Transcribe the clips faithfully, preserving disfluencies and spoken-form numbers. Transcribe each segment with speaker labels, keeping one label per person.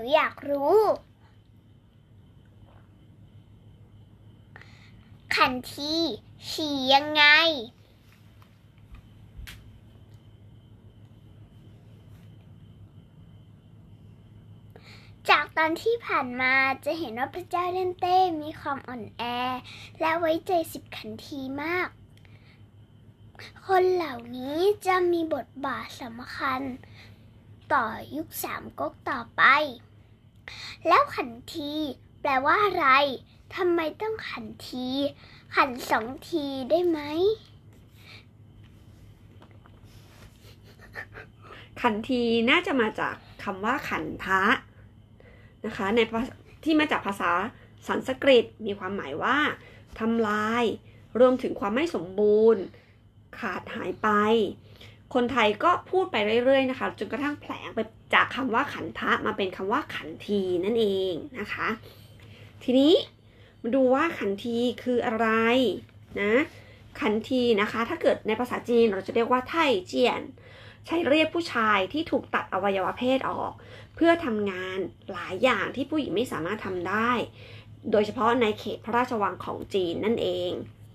Speaker 1: อยากรู้ขันทีฉี่ยังไงจากตอนที่ผ่านมาจะเห็นว่าพระเจ้าเล่นเต้มีความอ่อนแอและไว้ใจสิบขันทีมากคนเหล่านี้จะมีบทบาทสำคัญต่อยุคสามก๊กต่อไปแล้วขันทีแปลว่าอะไรทำไมต้องขันทีขันสองทีได้ไหม
Speaker 2: ขันทีน่าจะมาจากคำว่าขันทะนะคะในที่มาจากภาษาสันสกฤตมีความหมายว่าทำลายรวมถึงความไม่สมบูรณ์ขาดหายไปคนไทยก็พูดไปเรื่อยๆนะคะจนกระทั่งแผลงไปจากคำว่าขันทะมาเป็นคำว่าขันทีนั่นเองนะคะทีนี้มาดูว่าขันทีคืออะไรนะขันทีนะคะถ้าเกิดในภาษาจีนเราจะเรียกว่าไท่เจียนใช้เรียกผู้ชายที่ถูกตัดอวัยวะเพศออกเพื่อทำงานหลายอย่างที่ผู้หญิงไม่สามารถทำได้โดยเฉพาะในเขตพระราชวังของจีนนั่นเอง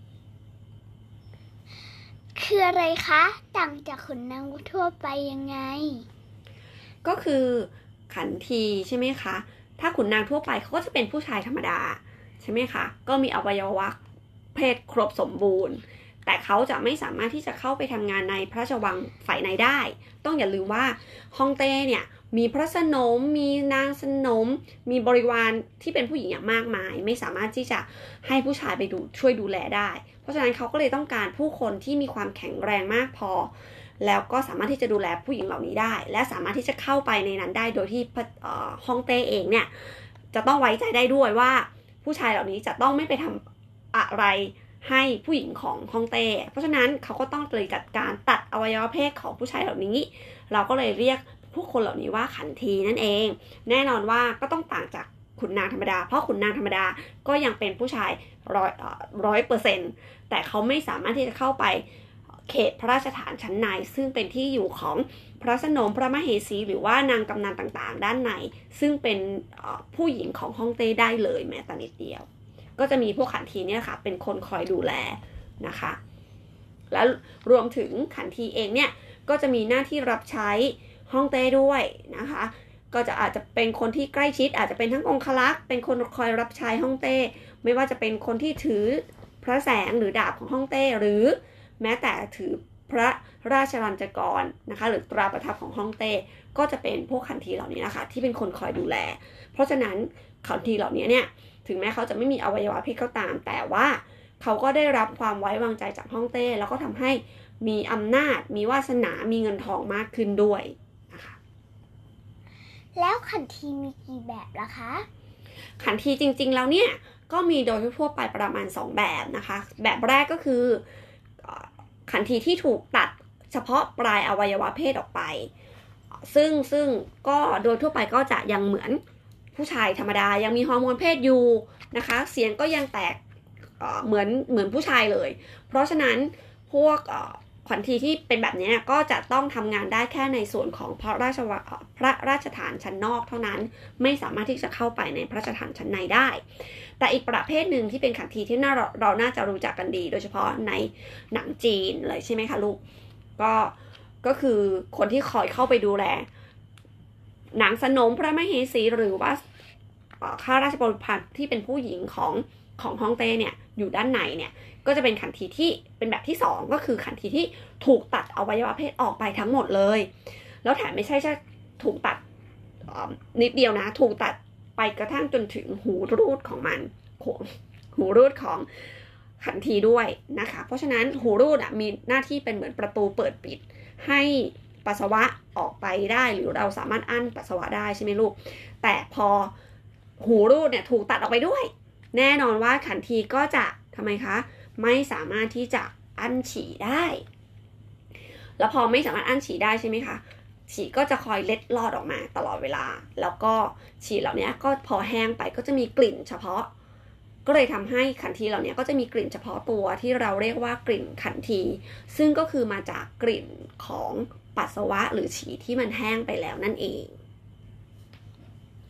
Speaker 1: คืออะไรคะต่างจากขุนนางทั่วไปยังไง
Speaker 2: ก็คือขันทีใช่ไหมคะถ้าขุนนางทั่วไปเขาก็จะเป็นผู้ชายธรรมดาใช่ไหมคะก็มีอวัยวะเพศครบสมบูรณ์แต่เขาจะไม่สามารถที่จะเข้าไปทำงานในพระราชวังฝ่ายในได้ต้องอย่าลืมว่าฮ่องเต้เนี่ยมีพระสนมมีนางสนมมีบริวารที่เป็นผู้หญิงอย่างมากมายไม่สามารถที่จะให้ผู้ชายไปดูช่วยดูแลได้เพราะฉะนั้นเขาก็เลยต้องการผู้คนที่มีความแข็งแรงมากพอแล้วก็สามารถที่จะดูแลผู้หญิงเหล่านี้ได้และสามารถที่จะเข้าไปในนั้นได้โดยที่ฮ่องเต้เองเนี่ยจะต้องไว้ใจได้ด้วยว่าผู้ชายเหล่านี้จะต้องไม่ไปทำอะไรให้ผู้หญิงของฮ่องเต้เพราะฉะนั้นเขาก็ต้องเลยจัดการตัดอวัยวะเพศของผู้ชายเหล่านี้เราก็เลยเรียกผู้คนเหล่านี้ว่าขันทีนั่นเองแน่นอนว่าก็ต้องต่างจากขุนนางธรรมดาเพราะขุนนางธรรมดาก็ยังเป็นผู้ชายร้อยร้อยเปอร์เซ็นต์แต่เขาไม่สามารถที่จะเข้าไปเขตพระราชฐานชั้นในซึ่งเป็นที่อยู่ของพระสนมพระมเหสีหรือว่านางกำนันต่างๆด้านในซึ่งเป็นผู้หญิงของฮ่องเต้ได้เลยแม้แต่นิดเดียวก็จะมีพวกขันทีเนี่ยค่ะเป็นคนคอยดูแลนะคะแล้วรวมถึงขันทีเองเนี่ยก็จะมีหน้าที่รับใช้ฮ่องเต้ด้วยนะคะก็จะอาจจะเป็นคนที่ใกล้ชิดอาจจะเป็นทั้งองครักษ์เป็นคนคอยรับใช้ฮ่องเต้ไม่ว่าจะเป็นคนที่ถือพระแสงหรือดาบของฮ่องเต้หรือแม้แต่ถือพระราชลัญจกรนะคะหรือตราประทับของฮ่องเต้ก็จะเป็นพวกขันทีเหล่านี้นะคะที่เป็นคนคอยดูแลเพราะฉะนั้นขันทีเหล่านี้เนี่ยถึงแม้เขาจะไม่มีอวัยวะเพศก็ตามแต่ว่าเขาก็ได้รับความไว้วางใจจากฮ่องเต้แล้วก็ทำให้มีอำนาจมีวาสนามีเงินทองมากขึ้นด้วยนะคะ
Speaker 1: แล้วขันทีมีกี่แบบล่ะคะ
Speaker 2: ขันทีจริงๆแล้วเนี่ยก็มีโดยทั่วไปประมาณสองแบบนะคะแบบแรกก็คือขันทีที่ถูกตัดเฉพาะปลายอวัยวะเพศออกไปซึ่งซึ่งก็โดยทั่วไปก็จะยังเหมือนผู้ชายธรรมดายังมีฮอร์โมนเพศอยู่นะคะเสียงก็ยังแตกเอ่อเหมือนเหมือนผู้ชายเลยเพราะฉะนั้นพวกเอ่อขันทีที่เป็นแบบนี้ก็จะต้องทำงานได้แค่ในส่วนของพระราชวังพระราชฐานชั้นนอกเท่านั้นไม่สามารถที่จะเข้าไปในพระราชฐานชั้นในได้แต่อีกประเภทหนึ่งที่เป็นขันทีที่เราเราน่าจะรู้จักกันดีโดยเฉพาะในหนังจีนเลยใช่ไหมคะลูกก็ก็คือคนที่คอยเข้าไปดูแลนางสนมพระมเหสีหรือว่าข้าราชบริพารที่เป็นผู้หญิงของของฮ่องเต้เนี่ยอยู่ด้านในเนี่ยก็จะเป็นขันทีที่เป็นแบบที่สองก็คือขันทีที่ถูกตัดอวัยวะเพศออกไปทั้งหมดเลยแล้วแถมไม่ใช่แค่ถูกตัดนิดเดียวนะถูกตัดไปกระทั่งจนถึงหูรูดของมันหูรูดของขันทีด้วยนะคะเพราะฉะนั้นหูรูดอ่ะมีหน้าที่เป็นเหมือนประตูเปิดปิดให้ปัสสาวะออกไปได้หรือเราสามารถอั้นปัสสาวะได้ใช่ไหมลูกแต่พอหูรูดเนี่ยถูกตัดออกไปด้วยแน่นอนว่าขันทีก็จะทำไมคะไม่สามารถที่จะอั้นฉี่ได้แล้วพอไม่สามารถอั้นฉี่ได้ใช่ไหมคะฉี่ก็จะคอยเล็ดลอดออกมาตลอดเวลาแล้วก็ฉี่เหล่านี้ก็พอแห้งไปก็จะมีกลิ่นเฉพาะก็เลยทำให้ขันทีเหล่านี้ก็จะมีกลิ่นเฉพาะตัวที่เราเรียกว่ากลิ่นขันทีซึ่งก็คือมาจากกลิ่นของปัสสาวะหรือฉี่ที่มันแห้งไปแล้วนั่นเอง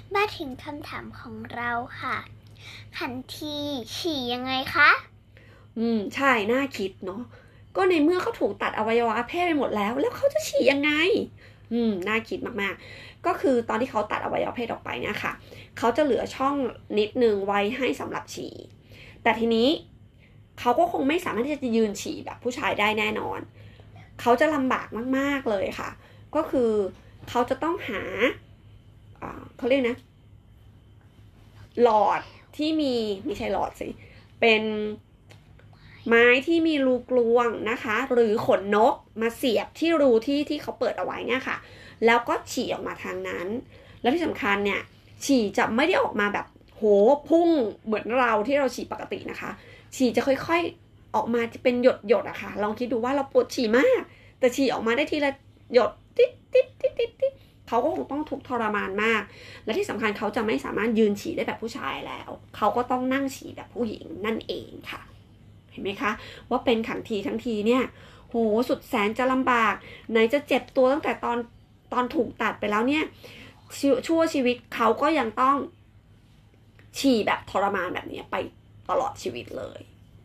Speaker 1: มาถึงคำถามของเราค่ะขันทีฉี่ยังไงคะ
Speaker 2: อืมใช่น่าคิดเนาะก็ในเมื่อเขาถูกตัดอวัยวะเพศไปหมดแล้วแล้วเขาจะฉี่ยังไงอืมน่าคิดมากๆก็คือตอนที่เขาตัดอวัยวะเพศออกไปเนี่ยค่ะเขาจะเหลือช่องนิดนึงไว้ให้สำหรับฉี่แต่ทีนี้เขาก็คงไม่สามารถที่จะยืนฉี่แบบผู้ชายได้แน่นอนเขาจะลำบากมากๆเลยค่ะก็คือเขาจะต้องหาอ่าเขาเรียกนะหลอดที่มีไม่ใช่หลอดสิเป็นไม้ที่มีรูกลวงนะคะหรือขนนกมาเสียบที่รูที่ที่เขาเปิดเอาไว้เนี่ยค่ะแล้วก็ฉี่ออกมาทางนั้นแล้วที่สำคัญเนี่ยฉี่จะไม่ได้ออกมาแบบโหพุ่งเหมือนเราที่เราฉี่ปกตินะคะฉี่จะค่อยๆออกมาจะเป็นหยดหยดอะค่ะลองคิดดูว่าเราปวดฉี่มากแต่ฉี่ออกมาได้ทีละหยดติดติดติดติดติดเขาก็คงต้องทุกข์ทรมานมากและที่สำคัญเขาจะไม่สามารถยืนฉี่ได้แบบผู้ชายแล้วเขาก็ต้องนั่งฉี่แบบผู้หญิงนั่นเองค่ะเห็นไหมคะว่าเป็นขันทีทั้งทีเนี่ยโหสุดแสนจะลำบากไหนจะเจ็บตัวตั้งแต่ตอนตอนถูกตัดไปแล้วเนี่ยชั่วชีวิตเขาก็ยังต้องฉี่แบบทรมานแบบนี้ไปตลอดชีวิตเลย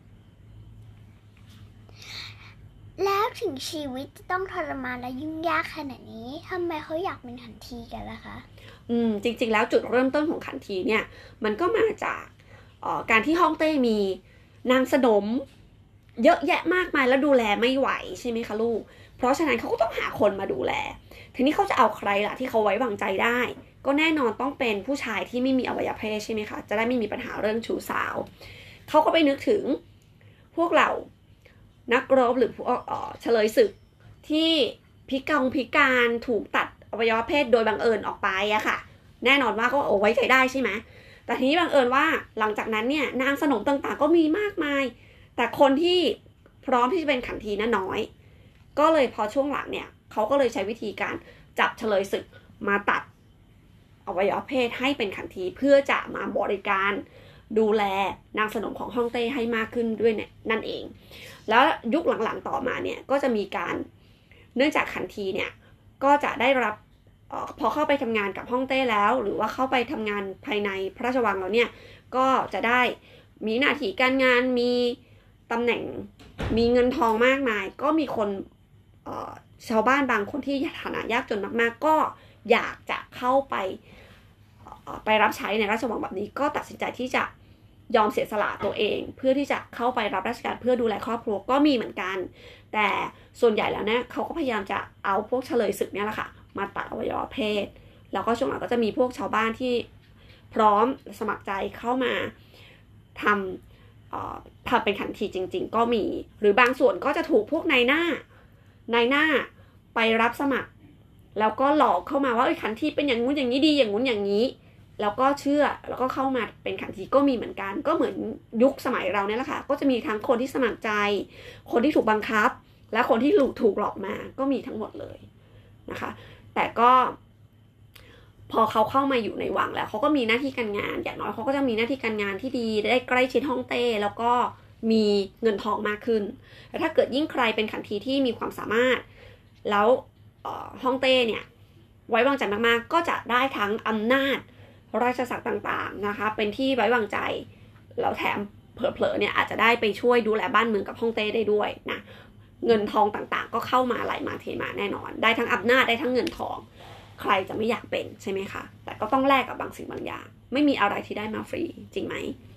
Speaker 1: แล้วถึงชีวิตจะต้องทรมานและยุ่งยากขนาดนี้ทำไมเขาอยากเป็นขันทีกันล่ะคะ
Speaker 2: อืมจริงๆแล้วจุดเริ่มต้นของขันทีเนี่ยมันก็มาจากการที่ฮ่องเต้มีนางสนมเยอะแยะมากมายแล้วดูแลไม่ไหวใช่ไหมคะลูกเพราะฉะนั้นเขาก็ต้องหาคนมาดูแลทีนี้เขาจะเอาใครล่ะที่เขาไว้วางใจได้ก็แน่นอนต้องเป็นผู้ชายที่ไม่มีอวัยวะเพศใช่ไหมคะจะได้ไม่มีปัญหาเรื่องชู้สาวเขาก็ไปนึกถึงพวกเรานักรบหรือพวกเฉลยศึกที่พิการพิการถูกตัดอวัยวะเพศโดยบังเอิญออกไปอะค่ะแน่นอนว่าก็โอ้ไว้ใจได้ใช่ไหมแต่ทีนี้บังเอิญว่าหลังจากนั้นเนี่ยนางสนมต่างๆก็มีมากมายแต่คนที่พร้อมที่จะเป็นขันทีน่ะน้อยก็เลยพอช่วงหลังเนี่ยเขาก็เลยใช้วิธีการจับเฉลยศึกมาตัดอวัยวะเพศให้เป็นขันทีเพื่อจะมาบริการดูแลนางสนมของฮ่องเต้ให้มากขึ้นด้วยเนี่ยนั่นเองแล้วยุคหลังๆต่อมาเนี่ยก็จะมีการเนื่องจากขันทีเนี่ยก็จะได้รับออพอเข้าไปทำงานกับฮ่องเต้แล้วหรือว่าเข้าไปทำงานภายในพระราชวังแล้วเนี่ยก็จะได้มีหน้าที่การงานมีตำแหน่งมีเงินทองมากมายก็มีคนชาวบ้านบางคนที่ฐานะยากจนมากๆก็อยากจะเข้าไปไปรับใช้ในราชวังแบบนี้ก็ตัดสินใจที่จะยอมเสียสละตัวเองเพื่อที่จะเข้าไปรับราชการเพื่อดูแลครอบครัวก็มีเหมือนกันแต่ส่วนใหญ่แล้วเนี่ยเขาก็พยายามจะเอาพวกเฉลยศึกเนี่ยแหละค่ะมาตัดอวัยวะเพศแล้วก็ช่วงหลังก็จะมีพวกชาวบ้านที่พร้อมสมัครใจเข้ามาทำทำเป็นขันทีจริงๆก็มีหรือบางส่วนก็จะถูกพวกนายหน้านายหน้าไปรับสมัครแล้วก็หลอกเข้ามาว่าขันทีเป็นอย่างงู้นอย่างนี้ดีอย่างงู้นอย่างนี้แล้วก็เชื่อแล้วก็เข้ามาเป็นขันทีก็มีเหมือนกันก็เหมือนยุคสมัยเราเนี่ยแหละค่ะก็จะมีทั้งคนที่สมัครใจคนที่ถูกบังคับและคนที่ถูกหลอกมาก็มีทั้งหมดเลยนะคะแต่ก็พอเขาเข้ามาอยู่ในวังแล้วเขาก็มีหน้าที่การงานอย่างน้อยเขาก็จะมีหน้าที่การงานที่ดีได้ใกล้ชิดฮ่องเต้แล้วก็มีเงินทองมากขึ้นแต่ถ้าเกิดยิ่งใครเป็นขันทีที่มีความสามารถแล้วฮ่องเต้เนี่ยไว้วางใจมากๆก็จะได้ทั้งอำนาจราชศักดิ์ต่างๆนะคะเป็นที่ไว้วางใจแล้วแถมเผลอๆเนี่ยอาจจะได้ไปช่วยดูแลบ้านเมืองกับฮ่องเต้ได้ด้วยนะเงินทองต่างๆก็เข้ามาไหลมาเทมาแน่นอนได้ทั้งอำนาจได้ทั้งเงินทองใครจะไม่อยากเป็นใช่ไหมคะแต่ก็ต้องแลกกับบางสิ่งบางอย่างไม่มีอะไรที่ได้มาฟรีจริงไหม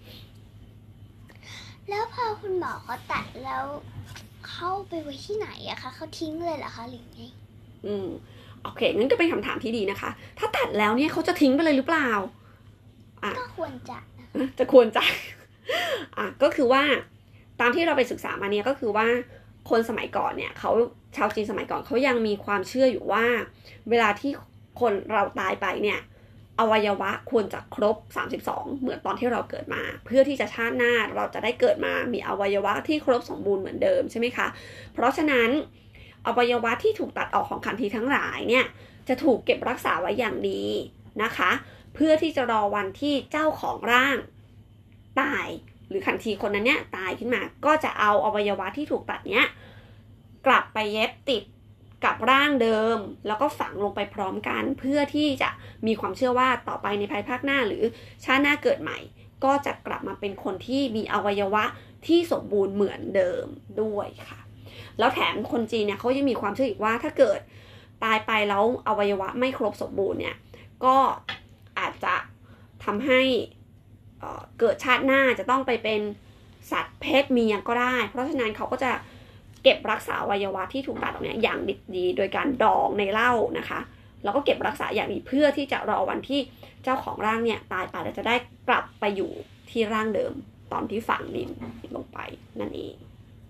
Speaker 1: แล้วพอคุณหมอเขาตัดแล้วเข้าไปไว้ที่ไหนอะคะเขาทิ้งเลยเหรอคะหรือไง
Speaker 2: อืมโอเคงั้นก็เป็นคำถามที่ดีนะคะถ้าตัดแล้วเนี่ยเขาจะทิ้งไปเลยหรือเปล่า
Speaker 1: อ่ะก็ควรจะ
Speaker 2: จะควรจะอ่ะก็คือว่าตามที่เราไปศึกษามาเนี่ยก็คือว่าคนสมัยก่อนเนี่ยเขาชาวจีนสมัยก่อนเขายังมีความเชื่ออยู่ว่าเวลาที่คนเราตายไปเนี่ยอวัยวะควรจะครบสามสิบสองเหมือนตอนที่เราเกิดมาเพื่อที่จะชาติหน้าเราจะได้เกิดมามีอวัยวะที่ครบสมบูรณ์เหมือนเดิมใช่ไหมคะเพราะฉะนั้นอวัยวะที่ถูกตัดออกของขันทีทั้งหลายเนี่ยจะถูกเก็บรักษาไว้อย่างดีนะคะเพื่อที่จะรอวันที่เจ้าของร่างตายหรือขันทีคนนั้นเนี่ยตายขึ้นมาก็จะเอาอวัยวะที่ถูกตัดเนี้ยกลับไปเย็บติดกับร่างเดิมแล้วก็ฝังลงไปพร้อมกันเพื่อที่จะมีความเชื่อว่าต่อไปในภายภาคหน้าหรือชาติหน้าเกิดใหม่ก็จะกลับมาเป็นคนที่มีอวัยวะที่สมบูรณ์เหมือนเดิมด้วยค่ะแล้วแถมคนจีนเนี่ยเขายังมีความเชื่ออีกว่าถ้าเกิดตายไปแล้วอวัยวะไม่ครบสมบูรณ์เนี่ยก็อาจจะทำให้เอ่อเกิดชาติหน้าจะต้องไปเป็นสัตว์เพศเมียก็ได้เพราะฉะนั้นเขาก็จะเก็บรักษาอวัยวะที่ถูกตัดออกเนี่ยอย่างดีโดยการดองในเหล้านะคะแล้วก็เก็บรักษาอย่างดีเพื่อที่จะรอวันที่เจ้าของร่างเนี่ยตายไปแล้วจะได้กลับไปอยู่ที่ร่างเดิมตอนที่ฝังดินลงไปนั่นเอง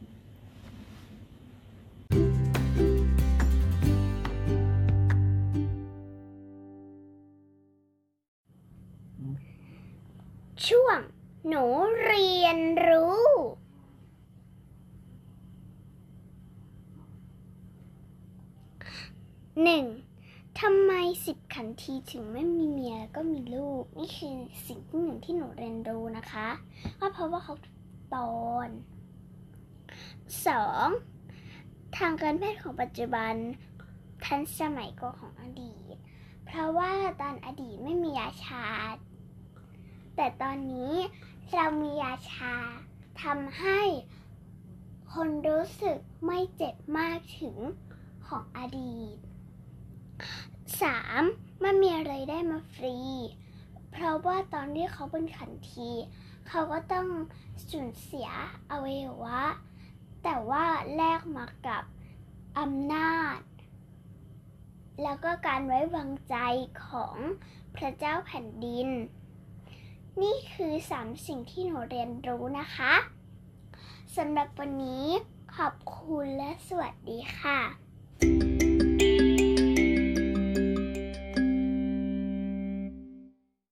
Speaker 1: ช่วงหนูเรียนรู้หนึ่งทำไมสิบขันทีถึงไม่มีเมียแล้วก็มีลูกนี่คือสิ่งที่หนึ่งที่หนูเรียนรู้นะคะก็เพราะว่าเขาตอนสองทางการแพทย์ของปัจจุบันทันสมัยกว่าของอดีตเพราะว่าตอนอดีตไม่มียาชาแต่ตอนนี้เรามียาชาทำให้คนรู้สึกไม่เจ็บมากถึงของอดีตสามมันมีอะไรได้มาฟรีเพราะว่าตอนที่เขาเป็นขันทีเขาก็ต้องสูญเสียอวัยวะแต่ว่าแลกมากับอำนาจแล้วก็การไว้วางใจของพระเจ้าแผ่นดินนี่คือสามสิ่งที่หนูเรียนรู้นะคะสำหรับวันนี้ขอบคุณและสวัสดีค่ะ